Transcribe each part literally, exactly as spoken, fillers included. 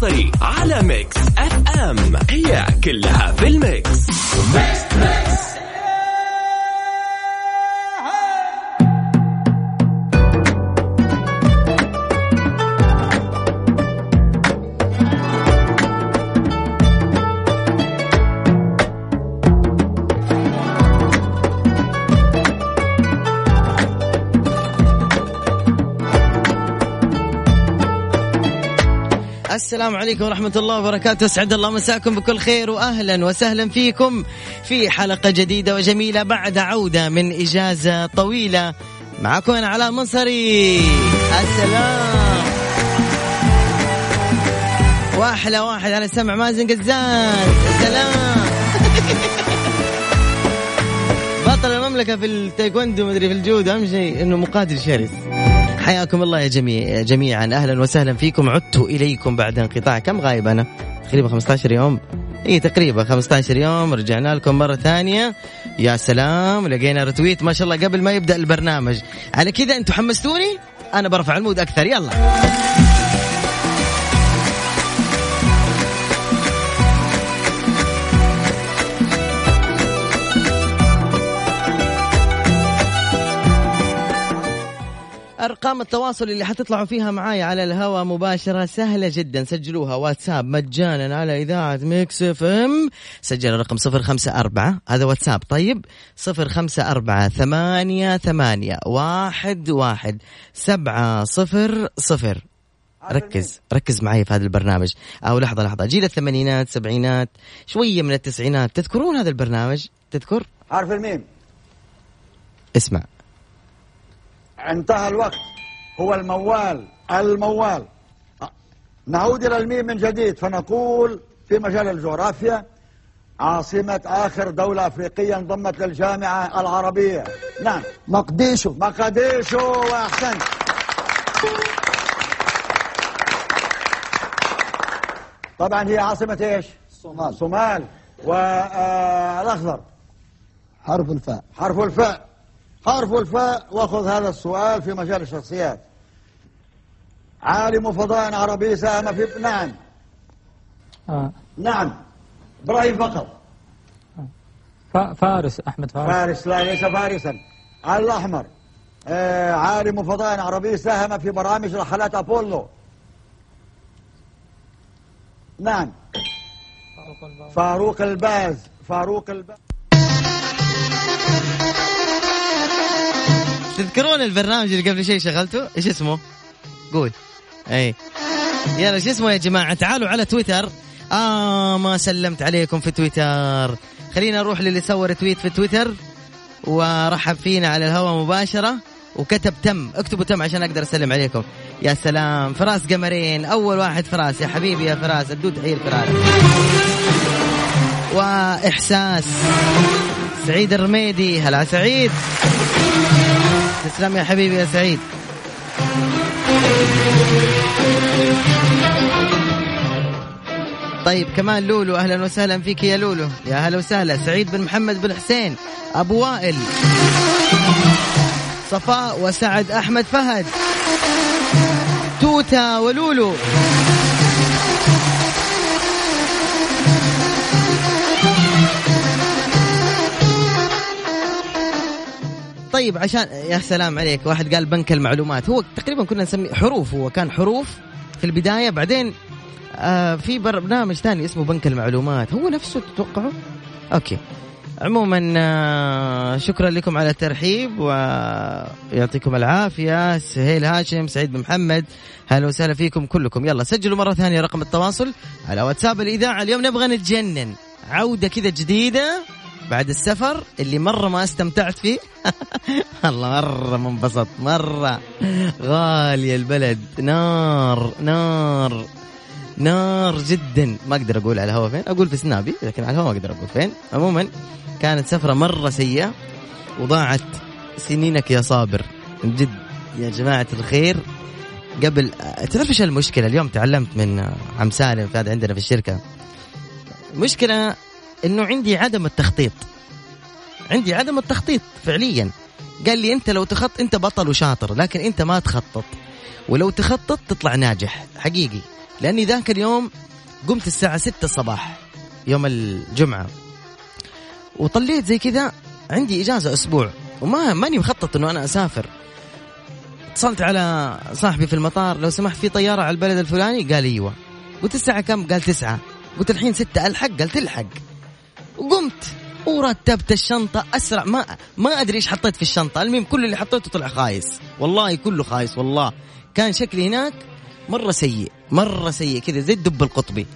الحصري على ميكس اف ام. هي كلها في الميكس. ميكس ميكس. السلام عليكم ورحمة الله وبركاته. أسعد الله مساكم بكل خير وأهلا وسهلا فيكم في حلقة جديدة وجميلة بعد عودة من إجازة طويلة. معكم أنا علاء منصري. السلام واحلى واحد على السمع مازن قزاز. السلام بطل المملكة في التايكوندو مدري في الجودة. أهم شيء إنه مقاتل شرس. حياكم الله يا جميع جميعا. أهلا وسهلا فيكم. عدت إليكم بعد انقطاع. كم غايب أنا؟ تقريبا خمسة عشر يوم. إيه تقريبا خمسة عشر يوم. رجعنا لكم مرة ثانية. يا سلام لقينا رتويت ما شاء الله قبل ما يبدأ البرنامج. على كذا أنتوا حمستوني أنا برفع المود أكثر. يلا أرقام التواصل اللي حتطلعوا فيها معاي على الهواء مباشرة سهلة جدا. سجلوها واتساب مجانا على إذاعة ميكس اف ام. سجل الرقم صفر خمسة أربعة. هذا واتساب. طيب صفر خمسة أربعة ثمانية ثمانية واحد واحد سبعة صفر صفر. ركز ركز معي في هذا البرنامج. أو لحظة لحظة. جيل الثمانينات سبعينات شوية من التسعينات. تذكرون هذا البرنامج؟ تذكر؟ عارف الميم؟ اسمع. انتهى الوقت. هو الموال. الموال. نعود إلى الميم من جديد فنقول في مجال الجغرافيا عاصمة آخر دولة أفريقية انضمت للجامعة العربية. نعم مقديشو. مقديشو. وأحسنت. طبعا هي عاصمة ايش؟ الصومال. صومال. والأخضر حرف الفاء. حرف الفاء. حرف الفاء. واخذ هذا السؤال في مجال الشخصيات. عالم فضاء عربي ساهم في. نعم آه. نعم ابراهيم فقط. آه. فارس. احمد فارس. فارس. لا ليس فارسا. الاحمر. آه عالم فضاء عربي ساهم في برامج رحلات ابولو. نعم فاروق الباز. فاروق الباز. تذكرون البرنامج اللي قبل شيء شغلته؟ ايش اسمه؟ قول. اي يلا ايش اسمه يا جماعة؟ تعالوا على تويتر. آه ما سلمت عليكم في تويتر. خلينا نروح للي سوى رتويت في تويتر ورحب فينا على الهواء مباشرة وكتب تم. اكتبوا تم عشان اقدر اسلم عليكم. يا سلام. فراس قمرين. اول واحد فراس. يا حبيبي يا فراس. الدود حير فراس. واحساس. سعيد الرميدي. هلا سعيد. تسلم يا حبيبي يا سعيد. طيب كمان لولو. أهلا وسهلا فيك يا لولو. يا هلا وسهلا. سعيد بن محمد بن حسين. أبو وائل. صفاء وسعد. أحمد فهد. توتا ولولو. طيب عشان يا سلام عليك. واحد قال بنك المعلومات. هو تقريبا كنا نسميه حروف. هو كان حروف في البداية. بعدين آه في برنامج ثاني اسمه بنك المعلومات. هو نفسه تتوقعه؟ أوكي. عموما آه شكرا لكم على الترحيب ويعطيكم العافية. سهيل هاشم. سعيد بن محمد. هلا وسهلا فيكم كلكم. يلا سجلوا مرة ثانية رقم التواصل على واتساب الإذاعة. اليوم نبغى نتجنن. عودة كذا جديدة بعد السفر اللي مرة ما استمتعت فيه. الله مرة منبسط. مرة غالية البلد. نار نار نار جدا. ما أقدر أقول على الهواء فين. أقول في سنابي لكن على الهواء ما أقدر أقول فين. عموما كانت سفرة مرة سيئة وضاعت سنينك يا صابر. جد يا جماعة الخير. قبل تعرف إيش المشكلة؟ اليوم تعلمت من عم سالم في هذا عندنا في الشركة. مشكلة إنه عندي عدم التخطيط. عندي عدم التخطيط فعليا. قال لي أنت لو تخط أنت بطل وشاطر لكن أنت ما تخطط. ولو تخطط تطلع ناجح حقيقي. لأني ذاك اليوم قمت الساعة ستة الصباح يوم الجمعة، وطليت زي كذا، عندي إجازة أسبوع وما ماني مخطط إنه أنا أسافر. اتصلت على صاحبي في المطار، لو سمحت في طيارة على البلد الفلاني؟ قال ايوه. قلت الساعة كم؟ قال تسعة. قلت الحين ستة، ألحق؟ قلت الحق. وقمت ورتبت الشنطة أسرع، ما ما أدري إيش حطيت في الشنطة، المهم كل اللي حطيته طلع خايس، والله كله خايس، والله كان شكلي هناك مرة سيء، مرة سيء كذا زي الدب القطبي.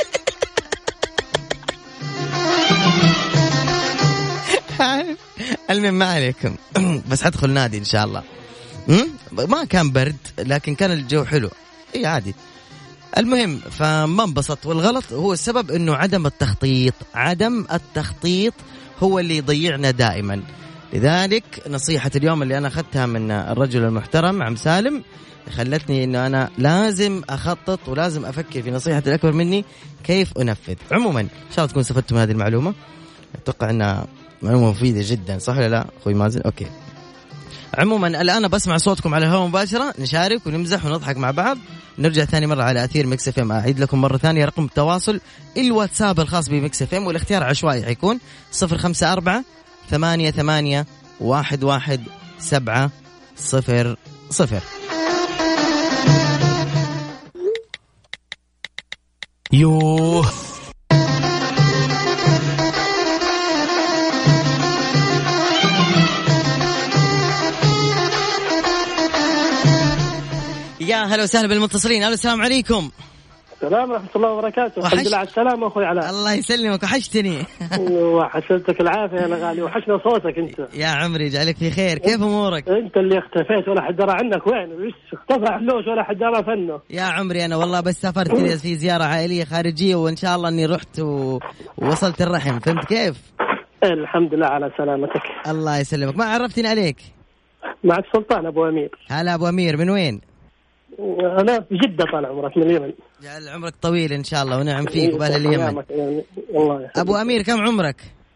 المهم ما عليكم، بس حدخل نادي إن شاء الله. ما كان برد لكن كان الجو حلو، اي عادي. المهم فما انبسط، والغلط هو السبب انه عدم التخطيط، عدم التخطيط هو اللي يضيعنا دائما. لذلك نصيحة اليوم اللي انا اخذتها من الرجل المحترم عم سالم خلتني انه انا لازم اخطط ولازم افكر في نصيحة الاكبر مني كيف انفذ. عموما ان شاء الله تكون استفدتم من هذه المعلومة، اتوقع انها معلومة مفيدة جدا، صح ولا لا اخوي مازن؟ اوكي. عموما الآن بسمع صوتكم على الهواء مباشرة، نشارك ونمزح ونضحك مع بعض. نرجع ثاني مرة على أثير ميكس اف ام. أعيد لكم مرة ثانية رقم التواصل الواتساب الخاص بميكس اف ام، والاختيار عشوائي حيكون صفر خمسة أربعة ثمانية ثمانية واحد واحد سبعة صفر صفر. يوه يا هلا وسهلا بالمتصلين. الو السلام عليكم. السلام ورحمة الله وبركاته. الحمد لله على السلامة أخوي علاء. الله يسلمك، وحشتني. وحشتك العافية يا غالي، وحشنا صوتك أنت. يا عمري يجعلك في خير، كيف أمورك؟ أنت اللي اختفيت ولا حد درى عنك، وين وش اختفى حلوش ولا حد درى فنه. يا عمري أنا والله بس سافرت كذا في زيارة عائلية خارجية، وإن شاء الله إني رحت و... ووصلت الرحم، فهمت كيف؟ الحمد لله على سلامتك. الله يسلمك. ما عرفتني عليك؟ معك سلطان أبو أمير. هلا أبو أمير، من وين؟ أنا في جدة طال عمرك، من اليمن. جعل عمرك طويل إن شاء الله ونعم فيك وبأهل اليمن. يعني الله أبو أمير كم عمرك؟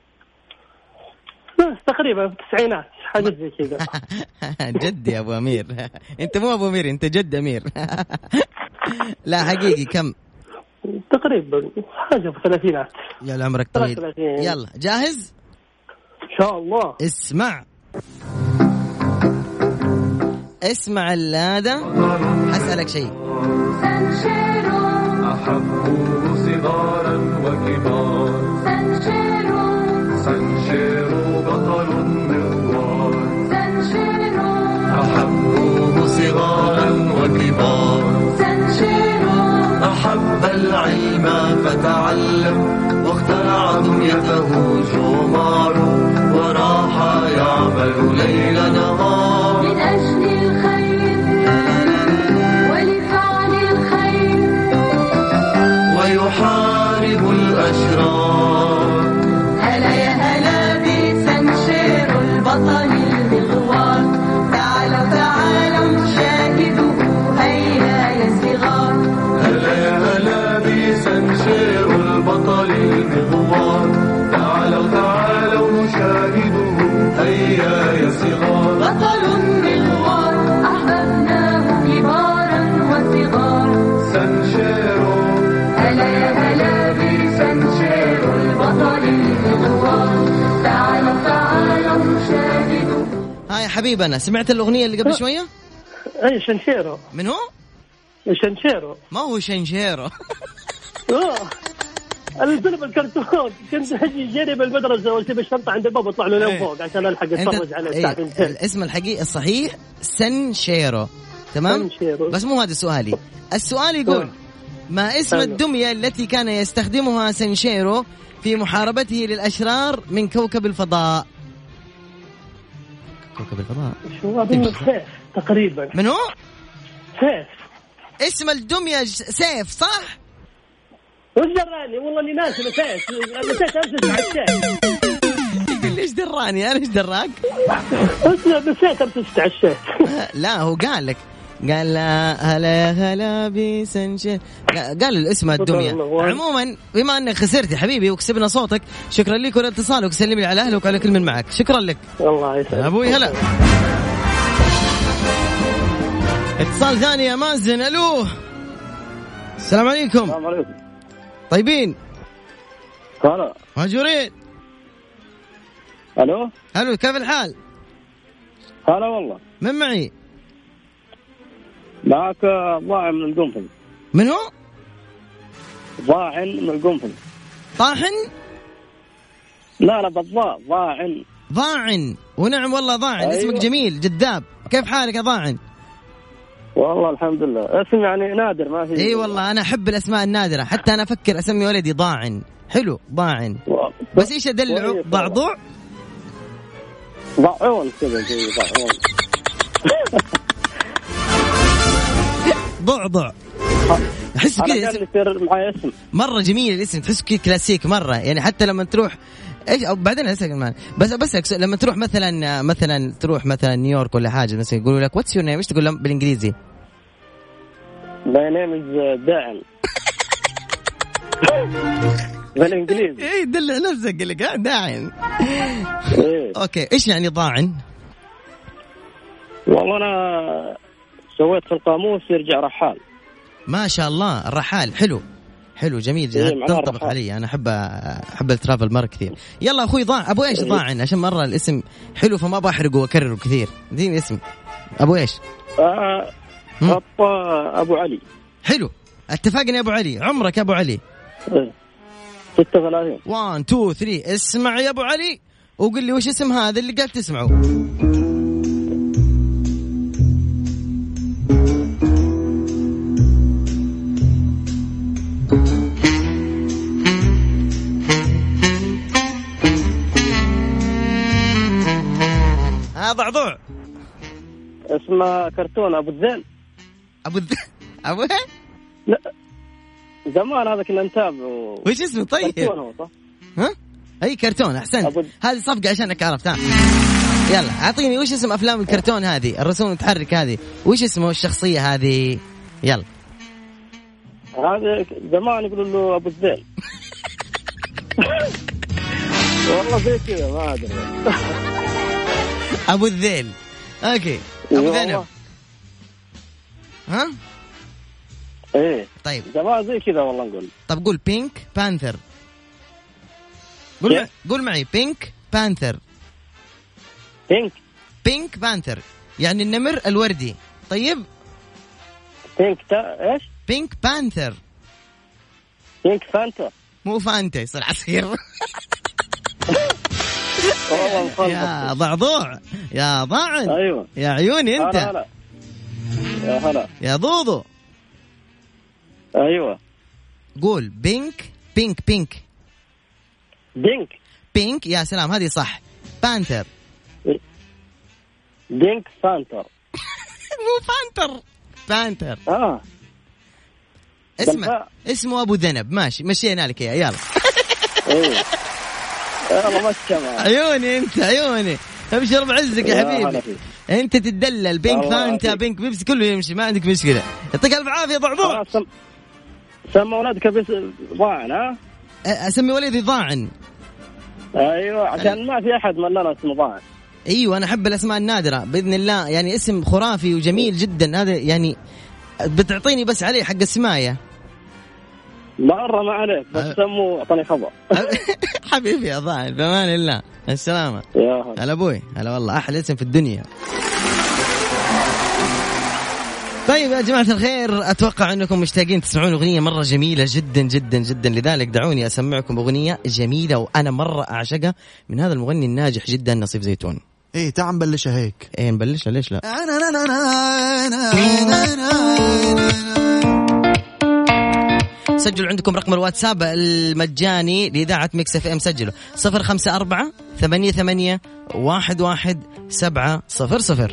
تقريبا في التسعينات، حاجة زي كذا. جدي أبو أمير. أنت مو أبو أمير، أنت جد أمير. لا حقيقي كم؟ تقريبا حاجة في الثلاثينات. يا عمرك طويل. يلا جاهز؟ إن شاء الله. اسمع اسمع هذا، أسألك شيء. أحبه صغارا وكبار، سانشيرو بطل مغوار، أحبه صغارا وكبار، أحب العلم فتعلم، واخترع دنيته جمار، وراح يعمل ليل نهار من أجل الخير ولفعل الخير، ويحارب الأشرار. هلا يا هلا بسانشيرو البطل المغوار، تعالوا تعالوا شاهدوه هيا يا صغار. هلا يا هلا بسانشيرو البطل المغوار، تعالوا تعالوا شاهدوه هيا يا صغار. بطل مغوار أحببناه كبارا وصغار، سانشيرو. هلا يا هلا بسانشيرو البطل المغوار، تعالوا تعالوا شاهدوه. هاي حبيبنا، سمعت الأغنية اللي قبل شوية؟ أي شنشيرو. من هو؟ شنشيرو. ما هو شنشيرو. أوه الفيلم الكرتون، كنت أجي جري بالمدرسة وأسيب الشنطة عند الباب وأطلع له لين فوق عشان ألحق أتفرج عليه ساعتين. الاسم الحقيقي الصحيح سانشيرو، تمام؟ سانشيرو. بس مو هذا سؤالي. السؤال يقول ما اسم الدمية التي كان يستخدمها سانشيرو في محاربته للأشرار من كوكب الفضاء؟ كوكب الفضاء شو أظن سيف تقريبا. من هو؟ سيف. اسم الدمية سيف صح؟ وش دراني والله اني ناسي. نسيت نسيت امسك على الشيء. يقول ليش دراني انا؟ ايش دراك؟ نسيت امسك على الشيء. لا هو قال لك، قال هلا هلا بسنشير، قال الاسم الدمية. عموما بما انك خسرت يا حبيبي وكسبنا صوتك، شكرا لك والاتصال، سلم لي على اهلك وعلى كل من معك. شكرا لك. الله يسلمك ابوي. هلا. اتصال ثاني يا مازن. الو السلام عليكم. السلام عليكم. طيبين؟ هلا. مهجورين. الو. الو كيف الحال؟ هلا والله. من معي؟ معك ضاعن من القنفذ. من هو؟ ضاعن من القنفذ. طاحن؟ لا لا بالضاء ضاعن. ضاعن. ونعم والله ضاعن. أيوة. اسمك جميل جذاب. كيف حالك يا ضاعن؟ والله الحمد لله. اسم يعني نادر ما في. اي والله انا احب الاسماء النادره، حتى انا افكر اسمي ولدي ضاعن. حلو ضاعن. و... بس ايش ادلعه؟ ضعضوع؟ ضعون كذا زي ضعون. ضعضع. احس كذا اسم معي اسم مره جميل الاسم، تحس كذا كلاسيك مره يعني. حتى لما تروح ايش او بعدين اسال بس بس لما تروح مثلا مثلا تروح مثلا نيويورك ولا حاجه مثلا يقولوا لك واتس يور نيم، ايش تقول لهم بالانجليزي؟ ماي نيم از داعن. بالانجليزي. ايه دلع نفسك قال لك داعن. إيه. اوكي ايش يعني ضاعن؟ والله انا سويت في القاموس يرجع رحال. ما شاء الله الرحال حلو حلو جميل جدا. إيه تنطبق علي انا احب احب الترافل مره كثير. يلا اخوي ضاع ابو ايش؟ ضاعن عشان مره الاسم حلو فما بحرقه واكرره كثير. اديني اسم ابو ايش؟ آه ابو علي. حلو اتفقنا يا ابو علي. عمرك يا ابو علي؟ ستة وثلاثين. واحد اثنين ثلاثة. اسمع يا ابو علي وقل لي وش اسم هذا اللي قاعد تسمعه. ها ضعضوع. اسمه كرتون ابو الذئب. ابو الذئب ابو لا زمان هذا كنا نتابعه. وش اسمه طيب؟ كرتون هو صح؟ ها اي كرتون. احسنت أبو... هذه صفقه عشانك عرفت. ها يلا اعطيني وش اسم افلام الكرتون هذه الرسوم المتحركه هذه، وش اسمه الشخصيه هذه؟ يلا. هذا زمان يقولوا له ابو الذئب. والله زي كذا ما ادري. ابو الذيل. اوكي ابو ذنب. ها ايه طيب زمان زي كذا والله نقول. طب قول بينك بانثر. قول معي. قول معي بينك بانثر. بينك بينك بانثر يعني النمر الوردي. طيب بينك تا ايش؟ بينك بانثر. بينك فانتا مو فانتا يصير عصير. يا ضعضوع يا ضاعن. ايوه يا عيوني انت. هلا هلا. يا هلا يا ضوضو. ايوه قول بينك بينك بينك بينك بينك. يا سلام هذه صح. بانثر. بينك فانتر. مو فانتر بانثر. اه اسمه اسمه ابو ذنب. ماشي مشينا لك يا يلا. ايه يلا مشى. عيوني انت عيوني. ابشر بعزك يا حبيبي. انت تدلل بينك فانتا بينك بيبسي كله يمشي ما عندك مشكله. يعطيك الف عافيه ضعضوع. سم... سمى ولدك بس ضاعن. ها اسمي ولدي ضاعن. ايوه عشان ما في احد من لنا اسمه ضاعن. ايوه انا احب الاسماء النادره باذن الله يعني. اسم خرافي وجميل جدا هذا يعني. بتعطيني بس عليه حق السمايه مرة ما عليك بس سمو أعطاني خبر. حبيبي يا ضاعن بأمان الله. السلامة يا هلا أبوي. هلا والله أحلى اسم في الدنيا. طيب يا جماعة الخير أتوقع أنكم مشتاقين تسمعون أغنية مرة جميلة جدا جدا جدا. لذلك دعوني أسمعكم أغنية جميلة وأنا مرة أعشقها من هذا المغني الناجح جدا نصيف زيتون. إيه تعال نبلشها هيك. إيه نبلشها ليش لا. سجلوا عندكم رقم الواتساب المجاني لإذاعة ميكس اف ام. سجلوا صفر خمسة أربعة ثمانية ثمانية واحد واحد سبعة صفر صفر.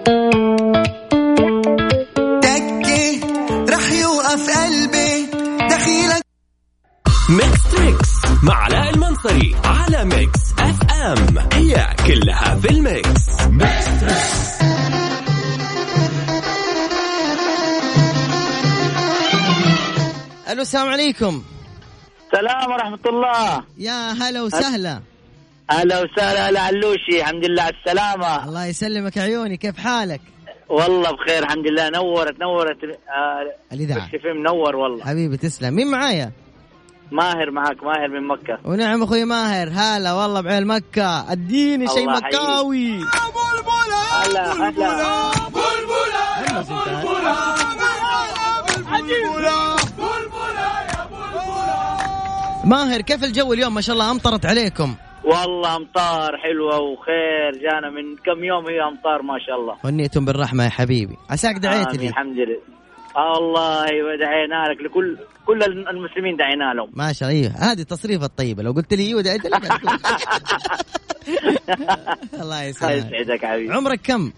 تكي رح يوقف قلبي دخيلك. ميكس تريكس مع علاء المنصري على ميكس اف ام. هي كلها في الميكس. ميكس تريكس. الو السلام عليكم. السلام ورحمة الله. يا هلا وسهلا. هلا وسهلا. هلا علوشي. الحمد لله على السلامة. الله يسلمك عيوني. كيف حالك؟ والله بخير الحمد لله. نورت نورت آه الإذاعة. الشفيم منور والله. حبيبي تسلم. مين معايا؟ ماهر معك. ماهر من مكة. ونعم أخوي ماهر. هلا والله بعيل مكة. اديني شيء مكاوي. هلا هلا. ماهر كيف الجو اليوم؟ ما شاء الله أمطرت عليكم. والله أمطار حلوة وخير. جانا من كم يوم هي أمطار ما شاء الله. ونيتم بالرحمة يا حبيبي. عساك دعيت لي. الحمد لله. الله ودعينا لك. لكل كل المسلمين دعينا لهم. ما شاء الله. هذه التصريفة الطيبة. لو قلت لي ايوه دعيت لك. الله يسعدك حبيبي. عمرك كم؟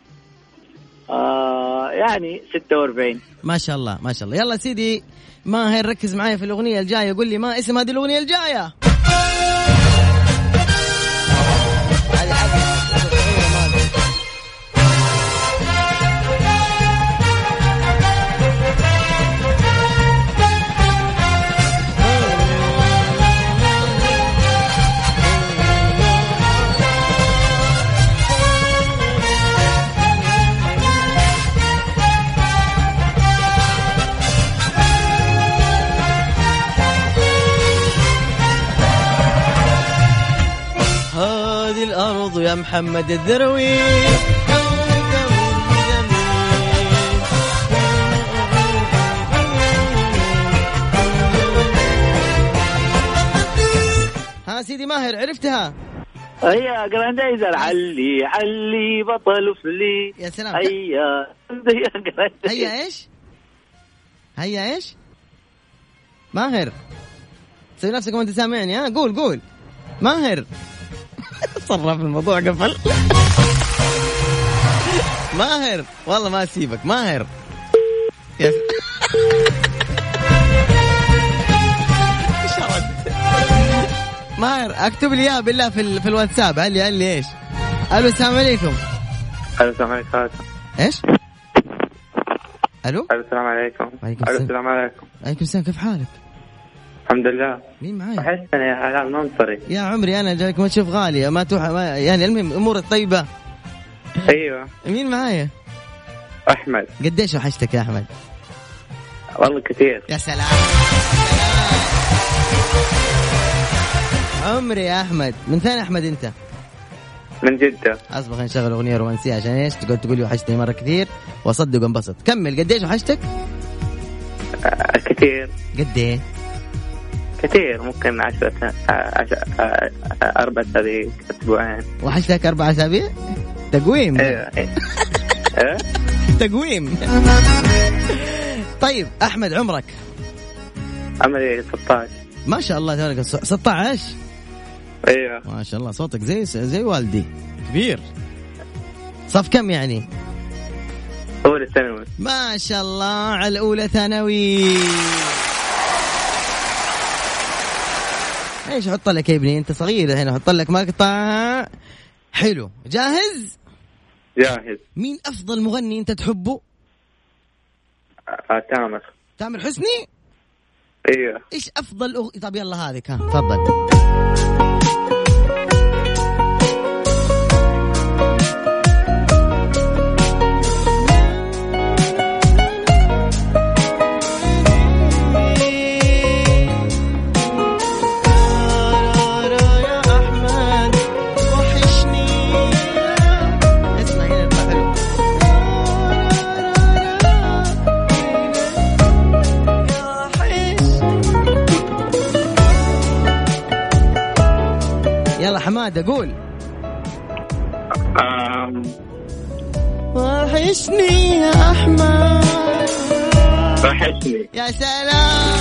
آه يعني ستة وأربعين. ما شاء الله ما شاء الله. يلا سيدي ماهر ركز معايا في الأغنية الجاية. قول لي ما اسم هذه الأغنية الجاية. هذه الأرض يا محمد الذروي. ها سيدي ماهر عرفتها؟ هيا جراندايزر. علي علي بطل فلي. يا سلام. هيا هيا ايش؟ هيا ايش؟ ماهر سوي نفسك وانت سامعني. ها قول قول ماهر. صرف الموضوع قفل. ماهر والله ما اسيبك ماهر. يس. ماهر اكتب لي اياها بالله في في الواتساب. قال لي قال لي ايش؟ الو السلام عليكم. الو السلام عليكم. ايش؟ الو الو السلام عليكم. الو السلام عليكم. عليكم السلام. كيف حالك؟ الحمد لله. مين معايا؟ وحشتني يا علاء المنصري. يا عمري انا جايك ما تشوف غالية ما توح ما يعني المهم امورك طيبة. ايوه. مين معايا؟ احمد. قديش وحشتك يا احمد؟ والله كثير. يا سلام. عمري يا احمد. من ثاني احمد انت؟ من جدة. اصبح نشغل اغنية رومانسية عشان ايش تقول تقول لي وحشتني مرة كثير واصدق وانبسط. كمل. قديش وحشتك؟ آه كثير. قد ايه؟ كثير. ممكن عشرة عشرة أربعة أسابيع أسبوعين. وحشتك أربع أسابيع؟ تقويم. إيه إيه. تقويم. طيب أحمد عمرك؟ عمري ستة عشر. ما شاء الله تبارك. ستة عشر. ايوه ما شاء الله. صوتك زي زي والدي كبير. صف كم يعني؟ أولى ثانوي. ما شاء الله على الأولى ثانوي. ايش احط لك يا ابني انت صغير هنا. احط لك مقطع حلو. جاهز؟ جاهز. مين افضل مغني انت تحبه؟ آه تامر. تامر حسني. ايوه. ايش افضل أغ... طب يلا هذه كان تفضل. حمادة قول. وحشني يا أحمد. وحشني. يا سلام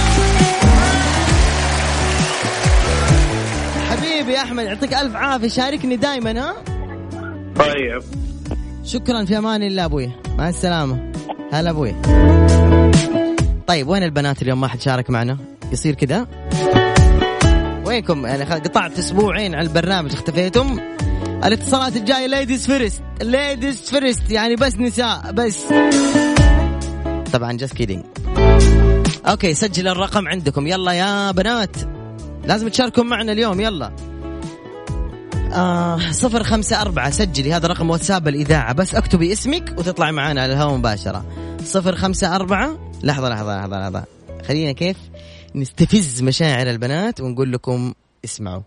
حبيبي يا أحمد. يعطيك ألف عافية. شاركني دايما. ها طيب. شكرا. في أمان الله أبوي. مع السلامة. هلا أبوي. طيب وين البنات اليوم؟ ما حد شارك معنا. يصير كذا. وينكم؟ يعني قطعت اسبوعين على البرنامج اختفيتم. الاتصالات الجايه ليديز فيرست. ليديز فيرست يعني بس نساء بس. طبعا جاست كيدينج. اوكي سجل الرقم عندكم. يلا يا بنات لازم تشاركوا معنا اليوم. يلا آه صفر خمسة أربعة، سجلي هذا رقم واتساب الإذاعة، بس اكتبي اسمك وتطلعي معنا على الهواء مباشرة. صفر خمسة أربعة. لحظة لحظة لحظة لحظة، خلينا كيف نستفز مشاعر البنات ونقول لكم اسمعوا.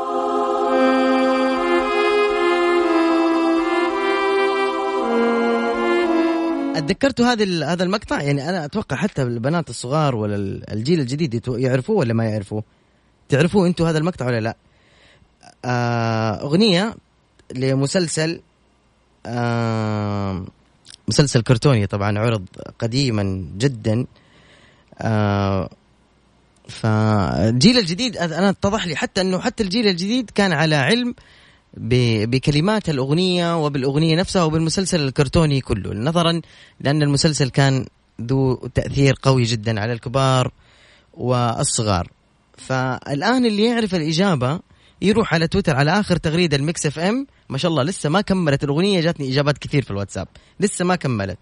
اتذكرتوا هذا هذا المقطع؟ يعني أنا أتوقع حتى البنات الصغار ولا الجيل الجديد يعرفوه ولا ما يعرفوه. تعرفوه أنتوا هذا المقطع ولا لا؟ آه أغنية لمسلسل آه مسلسل كرتوني طبعا، عرض قديما جدا. آه فالجيل الجديد أنا اتضح لي حتى أنه حتى الجيل الجديد كان على علم بكلمات الأغنية وبالأغنية نفسها وبالمسلسل الكرتوني كله، نظرا لأن المسلسل كان ذو تأثير قوي جدا على الكبار والصغار. فالآن اللي يعرف الإجابة يروح على تويتر على آخر تغريدة الميكس اف ام. ما شاء الله لسه ما كملت الأغنية، جاتني إجابات كثير في الواتساب لسه ما كملت.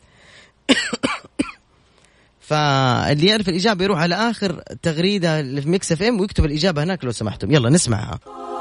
فاللي يعرف الإجابة يروح على آخر تغريدة في ميكس اف ام ويكتب الإجابة هناك لو سمحتم. يلا نسمعها.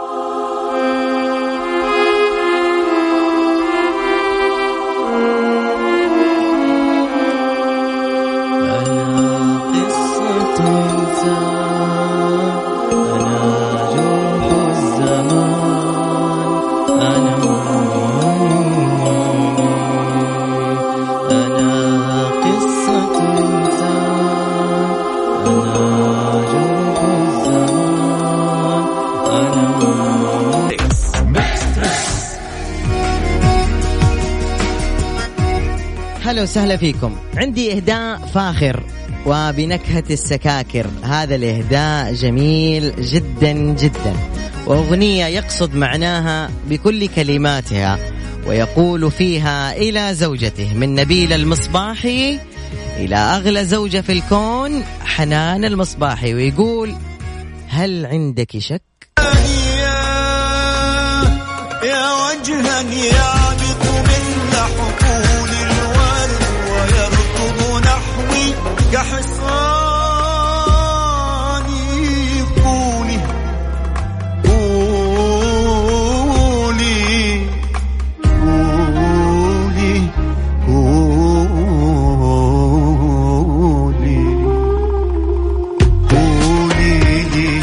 هلا وسهلا فيكم. عندي إهداء فاخر وبنكهة السكاكر. هذا الإهداء جميل جدا جدا، وأغنية يقصد معناها بكل كلماتها، ويقول فيها إلى زوجته من نبيل المصباحي إلى أغلى زوجة في الكون حنان المصباحي، ويقول هل عندك شك؟ يا وجها يعبق مثل حقول الورد ويركض نحوي كحصاني. قولي قولي قولي قولي قولي لي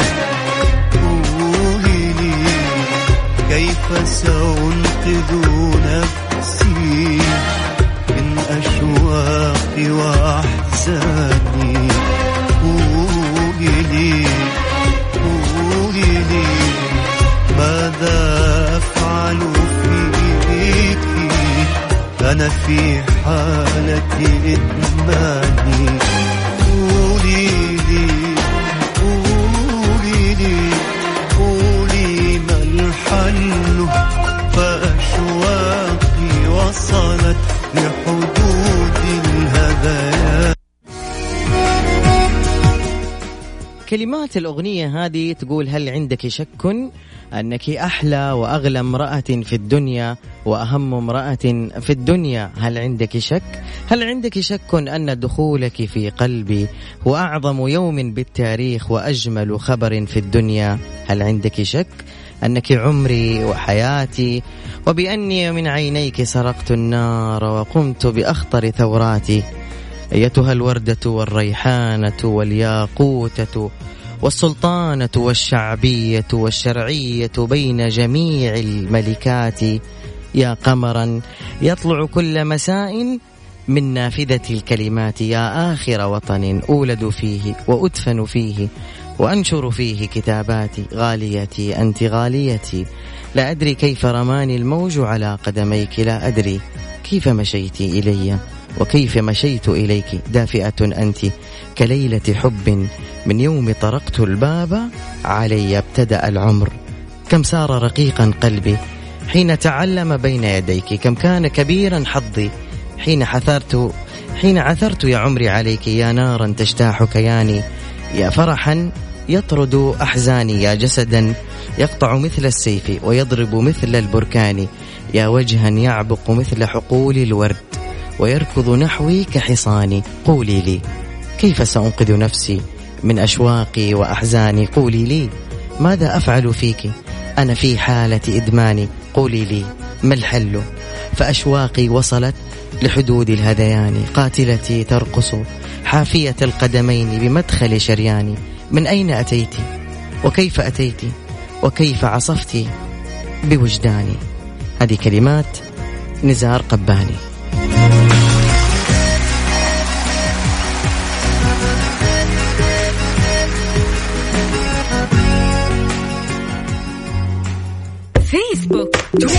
قولي لي كيف سأنقذ نفسي من أشواقي وأحزاني. قولي لي قولي لي ماذا أفعل فيك، أنا في حالة إدماني. قولي لي قولي لي قولي ما الحل، فأشواقي وصلت لحدود الهذيان. كلمات الأغنية هذه تقول هل عندك شك أنك أحلى وأغلى امرأة في الدنيا وأهم امرأة في الدنيا؟ هل عندك شك؟ هل عندك شك أن دخولك في قلبي هو أعظم يوم بالتاريخ وأجمل خبر في الدنيا؟ هل عندك شك أنك عمري وحياتي، وبأني من عينيك سرقت النار وقمت بأخطر ثوراتي؟ أيتها الوردة والريحانة والياقوتة والسلطانة والشعبية والشرعية بين جميع الملكات، يا قمرا يطلع كل مساء من نافذة الكلمات، يا آخر وطن أولد فيه وأدفن فيه وأنشر فيه كتاباتي. غاليتي أنت غاليتي، لا أدري كيف رماني الموج على قدميك، لا أدري كيف مشيت إلي وكيف مشيت إليك. دافئة أنت كليلة حب، من يوم طرقت الباب علي ابتدأ العمر. كم سار رقيقا قلبي حين تعلم بين يديك، كم كان كبيرا حظي حين حثرت حين عثرت يا عمري عليك. يا نارا تجتاح كياني، يا فرحا يطرد أحزاني، يا جسدا يقطع مثل السيف ويضرب مثل البركان، يا وجها يعبق مثل حقول الورد ويركض نحوي كحصاني. قولي لي كيف سأنقذ نفسي من أشواقي وأحزاني؟ قولي لي ماذا أفعل فيك، أنا في حالة إدماني، قولي لي ما الحل؟ فأشواقي وصلت لحدود الهذيان، قاتلتي ترقص حافية القدمين بمدخل شرياني. من أين أتيت وكيف أتيت وكيف عصفت بوجداني؟ هذه كلمات نزار قباني. فيسبوك.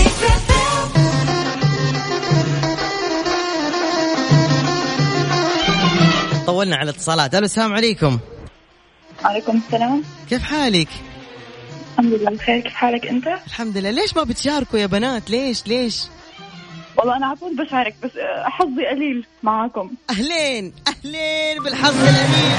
طولنا على الاتصالات. الو السلام عليكم. وعليكم السلام. كيف حالك؟ الحمد لله بخير. كيف حالك انت؟ الحمد لله. ليش ما بتشاركوا يا بنات؟ ليش ليش؟ والله انا على طول بشارك بس حظي قليل معاكم. اهلين اهلين بالحظ القليل.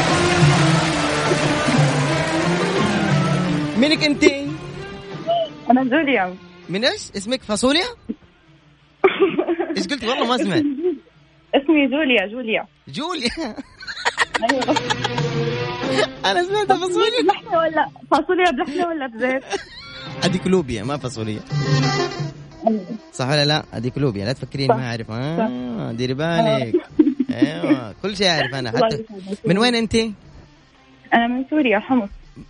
منك انت؟ انا جوليا. من ايش اسمك؟ فاصوليا؟ ايش قلت؟ والله ما سمعت. اسمي جوليا. جوليا جوليا ايوه. انا سمعت فاصوليا بلحمه ولا فاصوليا بلحمه ولا بزيت؟ اديك لوبيا ما فاصوليا. صح ولا لا؟ اديك لوبيا. لا تفكرين ما اعرف. اه ديري بالك. ايوه كل شيء اعرف انا. حتى من وين انت؟ انا من سوريا حمص.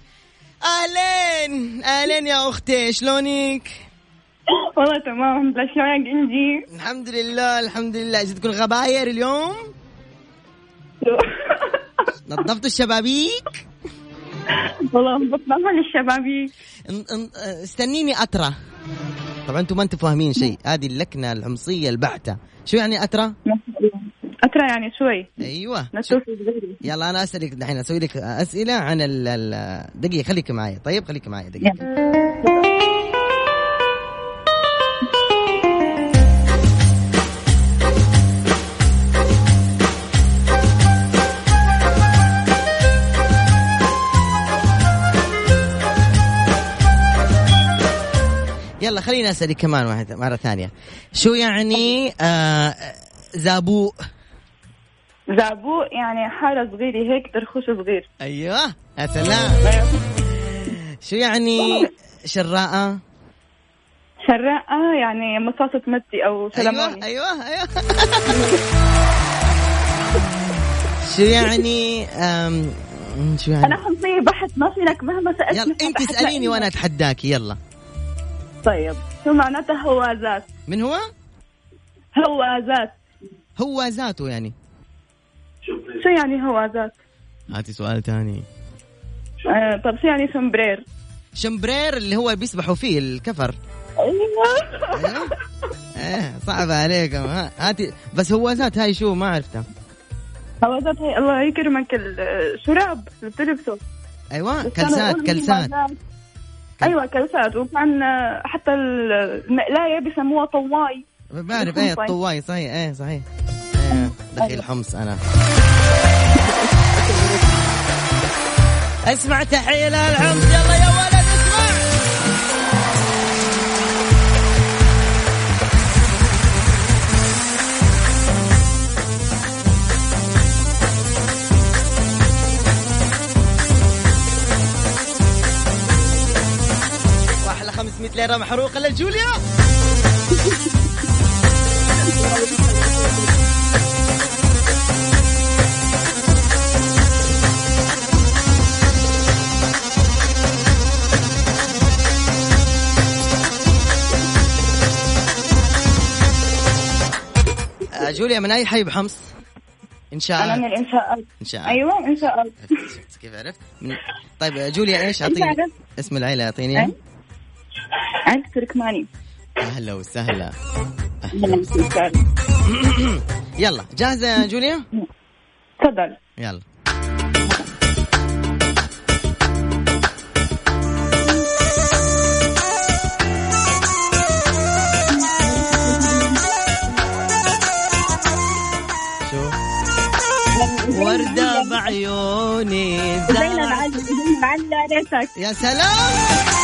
اهلين اهلين يا اختي، شلونك؟ والله تمام. لا شلونك انجي؟ الحمد لله الحمد لله. جيتكم غباير اليوم؟ نظفتوا الشبابيك؟ والله نظفناها للشبابيك. استنيني أترى. طبعا انتم ما انتم فاهمين شيء. هذه اللكنة الحمصية البحتة. شو يعني أترى؟ أترى يعني شوي. ايوه يلا انا اسالك دحين، اسوي لك اسئله عن ال دقيقه. خليك معي. طيب خليك معي دقيقه. يلا خلينا اسالك كمان واحد مره ثانيه. شو يعني آه زابوء؟ زابوء يعني حالة صغيرة هيك درخوش صغير. أيوة يا سلام. شو يعني شراءة؟ شراءة يعني مصاصة متي أو سلموني. أيوة أيوة, أيوة. شو يعني أم... شو يعني؟ أنا حمصية بحث ما فينك مهما سألت. يلا أنت اسأليني وأنا أتحداكي. يلا طيب شو معناتها هوازات؟ من هو؟ هوازات. هوازاته يعني شو يعني هوازات؟ هاتي سؤال تاني. آه، طب شو يعني شمبرير؟ شمبرير اللي هو بيسبحوا فيه الكفر. ايوه ايه صعب عليكم. ها هاتي بس هوازات هاي شو ما عرفتها. هوازات هاي الله يكرمك الشراب اللي بتلبسه. ايوه كلسات كلسات. ايوه كلسات. وكان حتى المقلايه بيسموها طواي. بعرف ايه الطواي صحيح. ايه صحيح. ايه دخيل حمص انا. اسمع تحية للحمص. يلا يا ولد اسمع. واحلى خمسمية ليرة محروقة للجوليا. جوليا من أي حي بحمص؟ إنشاءات. أنا من الإنشاءات. إنشاءات. أيوة إنشاءات. كيف عرفت؟ من... طيب جوليا إيش أعطيني اسم العيلة أعطيني. عيلة عيلة تركماني. أهلا وسهلا. يلا جاهزة يا جوليا؟ تفضل. يلا وردة بعيوني زينب على ريتك. يا سلام.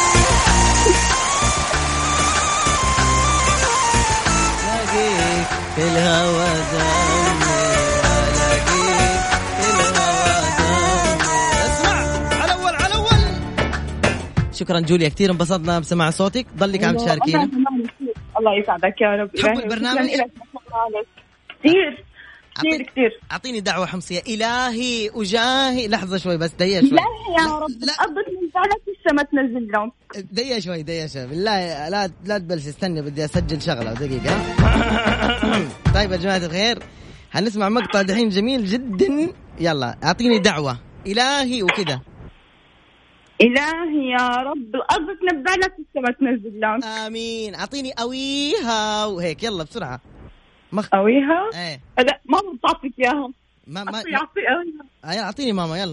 لاقيك في الهوى دمي لاقيك في الهوى دمي. اسمع على أول على أول. شكرا شكرا جوليا كثير انبسطنا بسماع صوتك. ضلك عم تشاركينا. الله يسعدك يا رب. تحب البرنامج كثير كثير كثير. أعطيني دعوة حمصية. إلهي وجاهي. لحظة شوي بس دقيقة شوي. لا يا رب أضبط من بالك لسه ما تنزل لهم. دقيقة شوي دقيقة شوي بالله لا لا تبلش. استني بدي أسجل شغلة دقيقة. طيب يا جماعة الخير هنسمع مقطع دحين جميل جدا. يلا أعطيني دعوة إلهي وكذا. إلهي يا رب أضبط من بالك لسه ما تنزل لهم. آمين. أعطيني أويها وهيك يلا بسرعة. مخ... أويها؟ ايه لا ما بتعطيك إياها. ما ما أعطي أعطي أويها. أعطيني ماما يلا.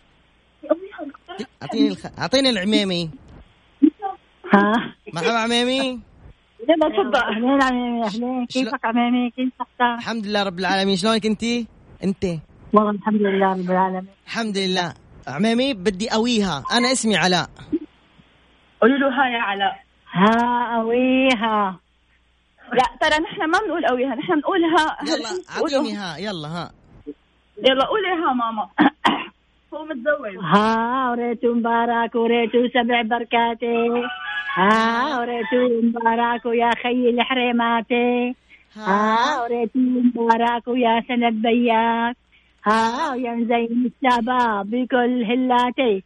أعطيني الخ... أعطيني العميمي. ها مرحبا عميمي. يلا تفضل. أهلين عميمي. أهلين كيفك عميمي؟ كيفك؟ الحمد لله رب العالمين. شلونك أنتي؟ أنت؟ والله الحمد لله رب العالمين. الحمد لله. عميمي بدي أويها. أنا اسمي علاء. قولوا له ها يا علاء. ها أويها. لا ترى نحن ما بنقول قويها نحن بنقولها. يلا اعطيني ها. يلا ها يلا قولي ها ماما. هو متزوج. ها وريتو مبارك وريتو سبع بركاتي. ها وريتو مبارك يا خي الحريماتي. ها وريتو مبارك يا سند بياك. ها ويا مزين الشباب بكل هلاتي.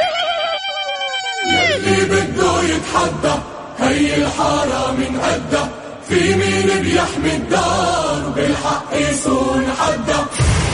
يلي بده يتحدى هي الحارة من عدة. في مين بيحمي الدار وبالحق يصون حدا.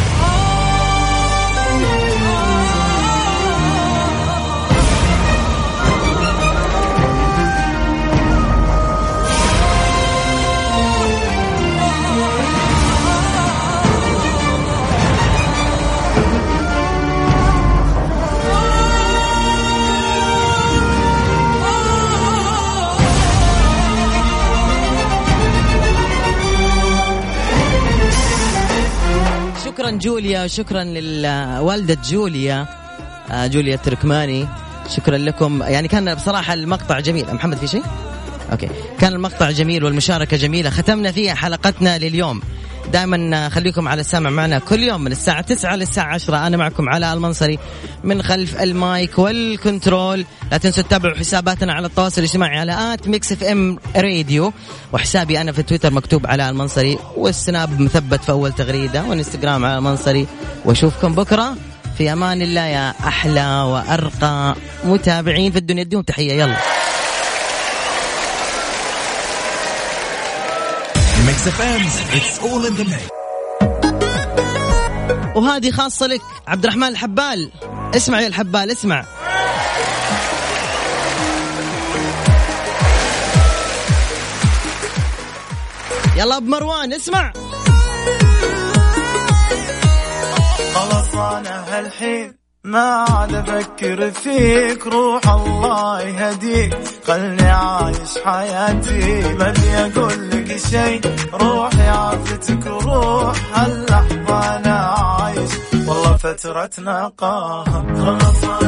شكرا جوليا. شكرا للوالدة جوليا جوليا التركماني. شكرا لكم. يعني كان بصراحة المقطع جميل. محمد في شيء؟ أوكي. كان المقطع جميل والمشاركة جميلة. ختمنا فيها حلقتنا لليوم. دائما خليكم على السمع معنا كل يوم من الساعة تسعة للساعة عشرة. أنا معكم علاء المنصري من خلف المايك والكنترول. لا تنسوا تتابعوا حساباتنا على التواصل الاجتماعي على آت ميكس اف ام راديو. وحسابي أنا في تويتر مكتوب علاء المنصري والسناب مثبت في أول تغريدة والانستغرام على المنصري. واشوفكم بكرة في أمان الله يا أحلى وأرقى متابعين في الدنيا. اديهم تحية يلا. ميكس اف ام it's all in the mix. وهذه خاصة لك عبد الرحمن الحبال. اسمع يا الحبال اسمع. يلا ابو مروان اسمع. خلاص انا هالحين ما عاد افكر فيك. روح الله يهديك خلني عايش حياتي. بدي اقول لك شيء روحي عافتك وروح هاللحظة انا عايش. والله فترتنا قاها. خلاص